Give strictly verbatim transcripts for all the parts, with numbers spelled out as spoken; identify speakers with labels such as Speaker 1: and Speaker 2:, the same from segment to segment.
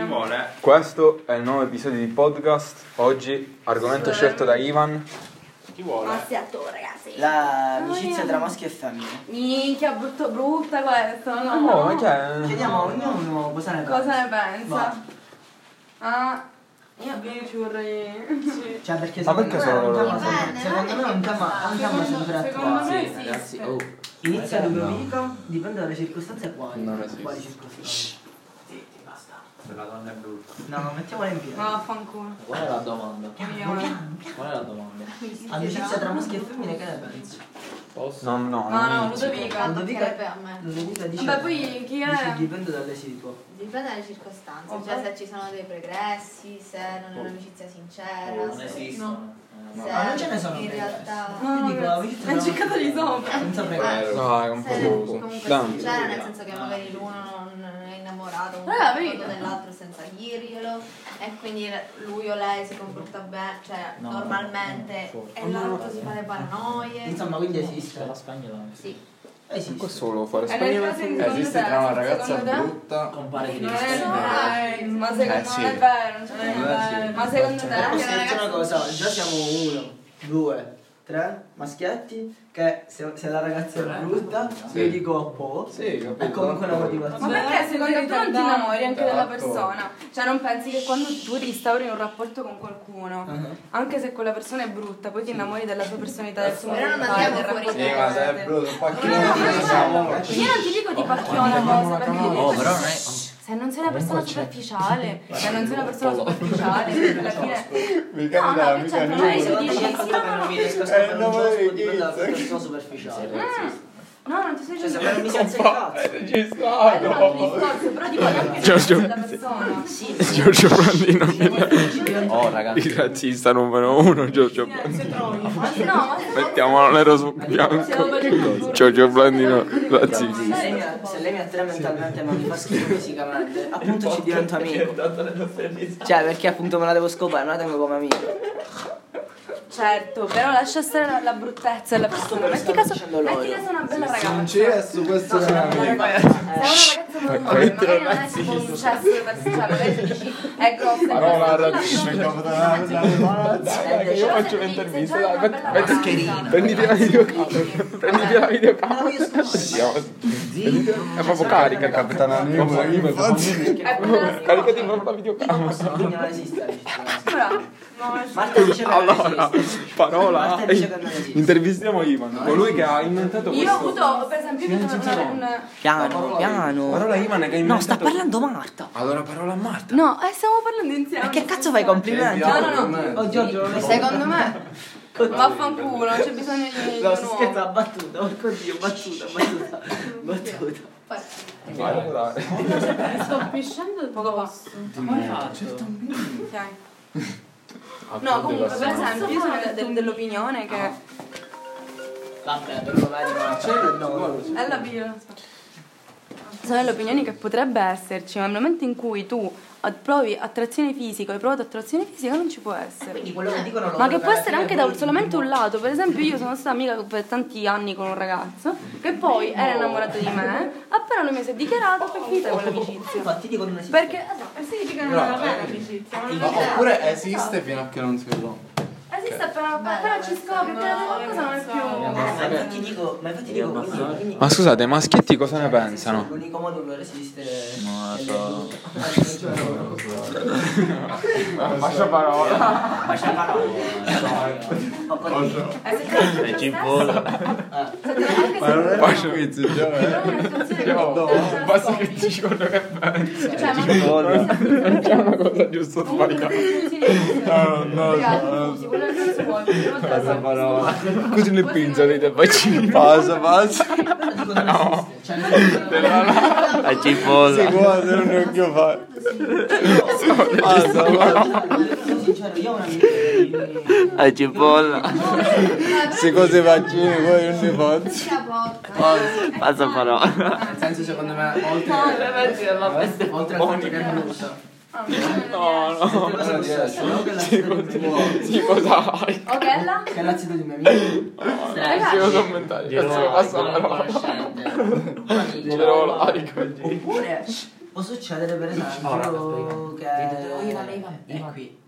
Speaker 1: vuole?
Speaker 2: Questo è il nuovo episodio di podcast. Oggi argomento scelto da Ivan.
Speaker 1: Chi vuole?
Speaker 3: Ma stai a tu, ragazzi.
Speaker 4: L'amicizia tra maschi e femmine.
Speaker 3: Minchia, brutto brutta questa, no?
Speaker 2: No, ma che è?
Speaker 4: Chiediamo a ognuno cosa ne pensa.
Speaker 3: Cosa ne pensa?
Speaker 4: Va.
Speaker 3: Ah, io abbiamo ci vorrei. Sì.
Speaker 4: Cioè perché
Speaker 2: Ma
Speaker 4: secondo
Speaker 2: perché
Speaker 4: me è
Speaker 2: solo
Speaker 4: un
Speaker 2: loro?
Speaker 4: tema sempre, secondo me è un tema, è un tema sempre
Speaker 3: Secondo
Speaker 4: attuale.
Speaker 3: me sì,
Speaker 5: ragazzi,
Speaker 3: esiste.
Speaker 5: oh.
Speaker 4: Inizia
Speaker 5: No.
Speaker 4: Ludovico, dipende dalle circostanze quali.
Speaker 2: Non esiste.
Speaker 4: Quali circostanze?
Speaker 5: Zitti, basta.
Speaker 1: La donna è brutta.
Speaker 4: No, mettiamola in piedi.
Speaker 3: Ma vaffanculo.
Speaker 5: Qual è la domanda?
Speaker 3: Io-
Speaker 5: Qual è la domanda?
Speaker 4: Amicizia tra maschi e femmine, che ne pensi?
Speaker 5: Posso?
Speaker 2: No, no,
Speaker 3: Ma no,
Speaker 2: non inizio.
Speaker 3: Ludovica.
Speaker 4: Ludovica,
Speaker 6: per me.
Speaker 4: Ludovica dice,
Speaker 3: Vabbè, poi chi è?
Speaker 4: dice dipende dalle situazioni.
Speaker 6: Dipende dalle circostanze,
Speaker 3: Oh,
Speaker 6: cioè
Speaker 3: beh.
Speaker 6: se ci sono dei pregressi, se non è un'amicizia sincera,
Speaker 5: Non
Speaker 6: se,
Speaker 5: esistono.
Speaker 6: se
Speaker 4: Ma non ce ne sono
Speaker 6: in
Speaker 4: pregressi.
Speaker 6: realtà
Speaker 3: No,
Speaker 4: Io dico,
Speaker 3: no,
Speaker 4: amicizia
Speaker 3: è
Speaker 4: tra
Speaker 3: cercato di
Speaker 4: maschi-
Speaker 3: sopra.
Speaker 4: senza
Speaker 6: Eh,
Speaker 4: pregressi.
Speaker 2: Dai, un po'
Speaker 6: se
Speaker 2: poco.
Speaker 6: comunque
Speaker 2: Dai.
Speaker 6: sincera, nel senso che magari l'uno non è innamorato
Speaker 3: Raga,
Speaker 6: uno
Speaker 3: vedi?
Speaker 6: dell'altro senza dirglielo e quindi lui o lei si comporta bene, cioè
Speaker 5: No,
Speaker 6: normalmente
Speaker 5: no,
Speaker 6: e l'altro si fa le paranoie.
Speaker 4: Insomma, quindi esiste.
Speaker 5: La spagnola.
Speaker 6: Sì.
Speaker 4: Esiste.
Speaker 2: Questo volevo fare
Speaker 3: E nel caso in secondo
Speaker 7: Esiste
Speaker 3: te,
Speaker 7: tra una ragazza
Speaker 3: secondo te?
Speaker 7: brutta.
Speaker 5: Compare di
Speaker 3: Non
Speaker 5: rischio.
Speaker 3: è vero, ma secondo
Speaker 7: Eh, sì.
Speaker 3: non è vero, non c'è
Speaker 7: Eh,
Speaker 3: niente.
Speaker 7: sì.
Speaker 3: Ma secondo te?
Speaker 4: Però posso
Speaker 6: Perché
Speaker 4: dirti una
Speaker 6: ragazzi-
Speaker 4: cosa, già siamo uno, due, tre maschietti, che se, se la ragazza è brutta,
Speaker 7: Sì.
Speaker 4: io dico po',
Speaker 7: Sì, capito.
Speaker 4: è comunque una
Speaker 3: Ma
Speaker 4: motivazione.
Speaker 3: perché secondo te non ti innamori anche della
Speaker 7: Esatto.
Speaker 3: persona? Cioè non pensi che quando tu instauri un rapporto con qualcuno,
Speaker 4: Uh-huh.
Speaker 3: anche se quella persona è brutta, poi ti innamori della sua personalità, del suo
Speaker 6: Però non
Speaker 3: modo di
Speaker 6: andiamo
Speaker 3: fare, del
Speaker 6: fuori
Speaker 3: rapporto
Speaker 7: Sì, ma se è
Speaker 3: con te.
Speaker 7: brutto, un po'
Speaker 3: No, no, ma
Speaker 7: siamo.
Speaker 3: io non ti dico di pacchiola cosa, perché ti
Speaker 5: Oh,
Speaker 3: dico
Speaker 5: però non è.
Speaker 3: se non sei una persona superficiale, se non sei una persona superficiale, perché alla fine
Speaker 7: Mi
Speaker 3: no,
Speaker 7: capita,
Speaker 3: no,
Speaker 7: mi
Speaker 3: cioè,
Speaker 7: capita.
Speaker 3: non è
Speaker 4: Secondo
Speaker 3: che
Speaker 4: me
Speaker 3: dici
Speaker 4: il fatto
Speaker 3: sì,
Speaker 4: che
Speaker 3: no,
Speaker 4: non
Speaker 3: no,
Speaker 4: mi riesco a
Speaker 7: Eh,
Speaker 4: scoprire un
Speaker 7: no,
Speaker 4: giorno
Speaker 7: che
Speaker 4: dipende dalla
Speaker 7: chizza.
Speaker 4: persona superficiale.
Speaker 3: no, non ti stai
Speaker 4: Cioè, se
Speaker 3: dicendo
Speaker 4: per mi si alza il cazzo.
Speaker 7: Ci
Speaker 3: è un altro
Speaker 7: sta.
Speaker 3: discorso, però dico anche se
Speaker 2: Giorgio.
Speaker 3: sei la persona.
Speaker 4: Sì,
Speaker 2: Giorgio Brandino.
Speaker 5: Oh, ragazzi.
Speaker 2: Il razzista numero uno, Giorgio
Speaker 3: Ma
Speaker 2: Brandino.
Speaker 3: sì, no, ma se
Speaker 2: Mettiamolo nero su bianco. Giorgio Brandino, razzista.
Speaker 4: se lei, mi, se lei mi attrae mentalmente ma mi fa schifo fisicamente, appunto ci divento amico. Cioè, perché appunto me la devo scopare, me la tengo come amico.
Speaker 3: certo, però lascia stare la, la bruttezza della persona. Metti caso, metti caso una bella ragazza.
Speaker 7: Non c'è su questo
Speaker 3: Sei
Speaker 7: canale.
Speaker 3: una ragazza normale, magari non è tipo un cesso di persone, cioè magari tu dici è grossa, è
Speaker 7: Parola
Speaker 3: grossa,
Speaker 7: razzista,
Speaker 3: tu
Speaker 7: capitano.
Speaker 2: Io faccio un'intervista, dai, metti- metti- prenditi la videocamera, prenditi la videocamera. Andiamo. È proprio carica, capitano.
Speaker 7: Nemo, infatti.
Speaker 2: Caricati proprio la videocamera.
Speaker 4: Quindi non esiste.
Speaker 3: Bravo.
Speaker 4: Marta dice che non
Speaker 2: Allora,
Speaker 4: esiste.
Speaker 2: parola.
Speaker 4: Marta dice che non esiste.
Speaker 2: Intervistiamo Ivan, colui che ha inventato
Speaker 3: Io ho
Speaker 2: questo.
Speaker 3: avuto, per esempio, io ho avuto una, un...
Speaker 4: Piano, piano.
Speaker 2: Parola Ivan che ha inventato.
Speaker 4: No, sta parlando Marta.
Speaker 2: Allora parola a Marta.
Speaker 3: No, eh, stiamo parlando insieme.
Speaker 4: Ma che cazzo fai complimenti?
Speaker 3: No, no, no.
Speaker 4: Oh Giorgio, non lo so.
Speaker 3: Secondo me, vaffanculo, non c'è bisogno di...
Speaker 4: No,
Speaker 3: di
Speaker 4: si
Speaker 3: nuovo.
Speaker 4: scherza, battuta, porco Dio, battuta, battuta, battuta.
Speaker 2: Vai a lavorare.
Speaker 3: Sto pisciando poco passo. Ok. No, comunque, per esempio, io sono de- de- dell'opinione che...
Speaker 4: Vabbè, però lo vedi, ma c'è il no.
Speaker 3: È la bio. Sono dell'opinione che potrebbe esserci, ma nel momento in cui tu provi attrazione fisica, hai provato attrazione fisica, non ci può essere.
Speaker 4: Quindi quello che dicono loro
Speaker 3: Ma che può
Speaker 4: alla
Speaker 3: essere
Speaker 4: fine
Speaker 3: anche
Speaker 4: poi-
Speaker 3: da solamente un lato. Per esempio, io sono stata amica per tanti anni con un ragazzo che poi era innamorato di me, appena lui mi si è dichiarato, poi è finita quell'amicizia.
Speaker 4: Infatti dico non esiste.
Speaker 3: Perché eh, significa che non era bene l'amicizia. non è
Speaker 7: Ma
Speaker 3: vero.
Speaker 7: oppure esiste fino a che non si rompe.
Speaker 3: Esiste appena, appena ci scopri, appena vedi qualcosa non è più.
Speaker 4: Ma infatti dico, ma infatti dico, quindi, quindi
Speaker 2: Ma scusate, i maschietti cosa ne pensano?
Speaker 4: l'unico modo per resistere
Speaker 5: Non lo so.
Speaker 2: Lascia parola.
Speaker 4: Faccia parola.
Speaker 3: Eh, se te-
Speaker 5: È cipolla.
Speaker 3: se te- anche
Speaker 7: Ma non
Speaker 3: se
Speaker 7: è un quiz, Giovanni.
Speaker 3: però una situazione che
Speaker 2: No,
Speaker 3: potrebbe
Speaker 2: basta
Speaker 3: essere-
Speaker 2: che ti dicono che pensi.
Speaker 3: Cioè, ma
Speaker 2: Non c'è una cosa giusta o
Speaker 3: comunque
Speaker 2: sbagliata.
Speaker 7: No, no,
Speaker 3: Ragazzi,
Speaker 7: no.
Speaker 3: scusi, quello che cazzo vuoi, perché non te la so.
Speaker 7: Parola.
Speaker 2: Così le pinze dei bacini.
Speaker 7: Passa, passa.
Speaker 2: No.
Speaker 5: È cipolla.
Speaker 7: Si può, se non ne ho che fare. Passa, passa.
Speaker 4: sincero, io ho un amico che-
Speaker 5: È cipolla.
Speaker 7: Se cose vaccini poi non ne posso.
Speaker 5: Passa parola.
Speaker 4: nel senso secondo me oltre oltre al fatto che è brutta
Speaker 2: No, no.
Speaker 4: cosa posso essere? No, che l'azido di mio amico
Speaker 2: Sì, cosa hai?
Speaker 3: Ok, là?
Speaker 4: che l'azido di mio amico
Speaker 2: Sì, lo commentare. Cazzo, passa la parola. Giro like.
Speaker 4: oppure Può succedere per esempio che...
Speaker 8: Oh, Iva, Iva,
Speaker 4: È
Speaker 8: Iva.
Speaker 4: qui.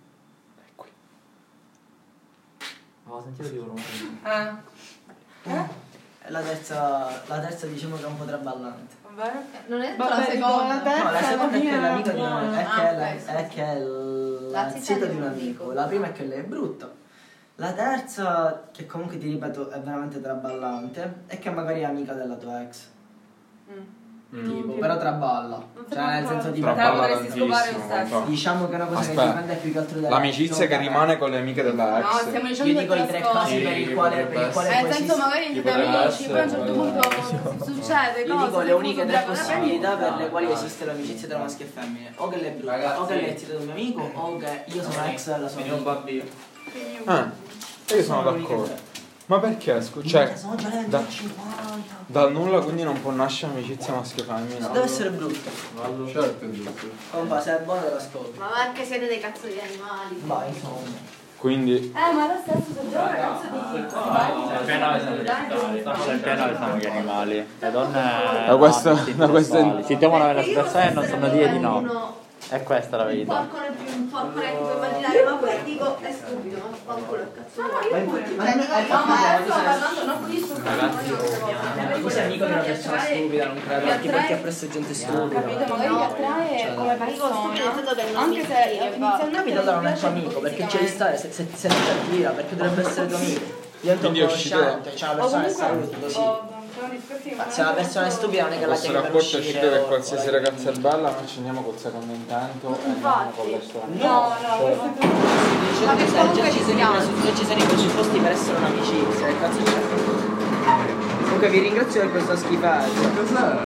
Speaker 8: Ho sentito di rumore.
Speaker 3: Eh?
Speaker 4: La terza, la terza diciamo che è un po' traballante.
Speaker 3: Vabbè.
Speaker 6: Non è
Speaker 3: Vabbè,
Speaker 6: la
Speaker 3: dico,
Speaker 6: seconda.
Speaker 3: la terza.
Speaker 4: No, la seconda è che è l'amica di un
Speaker 3: buona.
Speaker 4: è
Speaker 6: Ah,
Speaker 4: che è la,
Speaker 6: ok, sì.
Speaker 4: è che è la
Speaker 6: La zita
Speaker 4: zita
Speaker 6: di
Speaker 4: di un
Speaker 6: un
Speaker 4: amico.
Speaker 6: amico.
Speaker 4: La prima è che lei è brutta. La terza, che comunque ti ripeto è veramente traballante, è che magari è amica della tua ex. Tipo, però traballa. Cioè nel senso di
Speaker 2: Traballa
Speaker 3: Te la potresti scopare lo
Speaker 2: tantissimo.
Speaker 3: stesso.
Speaker 4: diciamo che è una cosa
Speaker 2: Aspetta.
Speaker 4: che dipende più che altro dalla
Speaker 2: L'amicizia che rimane con le amiche della
Speaker 3: No,
Speaker 2: ex.
Speaker 3: stiamo
Speaker 4: Io
Speaker 3: dicendo
Speaker 4: dico
Speaker 3: che
Speaker 4: i
Speaker 3: te
Speaker 4: tre
Speaker 3: la
Speaker 4: casi
Speaker 3: scopri.
Speaker 4: per il quale, per il quale
Speaker 3: Eh, nel
Speaker 4: può
Speaker 3: senso
Speaker 4: esistere.
Speaker 3: magari siete
Speaker 1: potrebbe
Speaker 3: amici, poi a un
Speaker 1: essere,
Speaker 3: certo punto succede
Speaker 4: Io
Speaker 3: cose.
Speaker 4: dico le
Speaker 3: tipo
Speaker 4: uniche tre
Speaker 3: sudare la
Speaker 4: possibilità per le
Speaker 1: Dai,
Speaker 4: quali
Speaker 1: dai.
Speaker 4: esiste l'amicizia tra maschio e femmine. O che lei è brutta,
Speaker 1: Ragazzi.
Speaker 4: o che lei è zita di un mio amico, o che io sono ex della sua
Speaker 1: Quindi un
Speaker 4: amica.
Speaker 1: bambino.
Speaker 2: Eh, io sono d'accordo. Ma perché? Scusa, cioè,
Speaker 4: Sono già le
Speaker 2: da-
Speaker 4: cinquanta.
Speaker 2: dal nulla quindi non può nascere amicizia maschio-femmina.
Speaker 4: Deve essere brutta.
Speaker 7: Certo è giusto.
Speaker 4: Compa, se è buona te la scopri.
Speaker 6: Ma perché siete dei cazzo di animali?
Speaker 4: Vai, insomma.
Speaker 2: Quindi,
Speaker 3: Eh, ma lo stesso se già un ragazzo di...
Speaker 5: Appena siamo gli animali. Le donne.
Speaker 2: Da questo-
Speaker 5: hanno istinti
Speaker 2: da questo-
Speaker 5: sessuali. Si trovano nella
Speaker 6: Perché io
Speaker 5: situazione e non
Speaker 6: posso
Speaker 5: sanno
Speaker 6: essere
Speaker 5: dire di no.
Speaker 6: uno-
Speaker 5: E questa è la
Speaker 6: Un
Speaker 5: verità.
Speaker 6: porco ne più, un porco ne puoi immaginare, ma poi dico è stupido, ma fanculo il cazzo.
Speaker 3: No,
Speaker 6: vuoi.
Speaker 3: io
Speaker 4: Ma
Speaker 3: pure.
Speaker 4: infatti- ma
Speaker 3: Cioè,
Speaker 4: non è-
Speaker 3: no, ma
Speaker 4: ma
Speaker 3: adesso
Speaker 4: tu
Speaker 3: sto
Speaker 4: sei-
Speaker 3: parlando, non con gli sto parlando io queste cose.
Speaker 4: Ma tu sei amico di una persona stupida, non credo,
Speaker 3: Mi
Speaker 4: perché porti
Speaker 3: attrae-
Speaker 4: appresso gente stupida.
Speaker 3: Capito? Magari ti attrae
Speaker 4: Cioè,
Speaker 3: come
Speaker 6: Dico stupido, nel senso che
Speaker 3: persona.
Speaker 6: non
Speaker 3: Anche
Speaker 6: mi
Speaker 3: se
Speaker 6: attira,
Speaker 3: inizialmente
Speaker 4: Capito, allora non è tuo amico, perché ci devi stare, se, se, se non ti attira, perché dovrebbe essere tuo amico. Diventa un
Speaker 2: Quindi è uscito-
Speaker 4: conoscente, cioè una
Speaker 3: O
Speaker 4: persona che
Speaker 3: comunque
Speaker 4: saluti così.
Speaker 3: ho- sono discorsi che
Speaker 4: Ma
Speaker 3: non
Speaker 4: se una
Speaker 3: hanno
Speaker 4: persona è
Speaker 3: senso.
Speaker 4: stupida non è che
Speaker 2: il
Speaker 4: la
Speaker 2: vostro
Speaker 4: chiami per
Speaker 2: rapporto è
Speaker 4: uscire
Speaker 2: uscito che
Speaker 4: o-
Speaker 2: qualsiasi
Speaker 4: o la-
Speaker 2: ragazza è bella, noi ci andiamo col secondo intento e andiamo con le storie.
Speaker 3: No, no, questo è tutto.
Speaker 4: Dice
Speaker 3: Ma
Speaker 4: che
Speaker 3: che
Speaker 4: se
Speaker 3: comunque
Speaker 4: già ci
Speaker 3: ci
Speaker 4: sono i
Speaker 3: siamo.
Speaker 4: presu- già ci sono i presupposti per essere un'amicizia, che cazzo c'è? Comunque vi ringrazio per questa schifezza.
Speaker 7: Cos'è?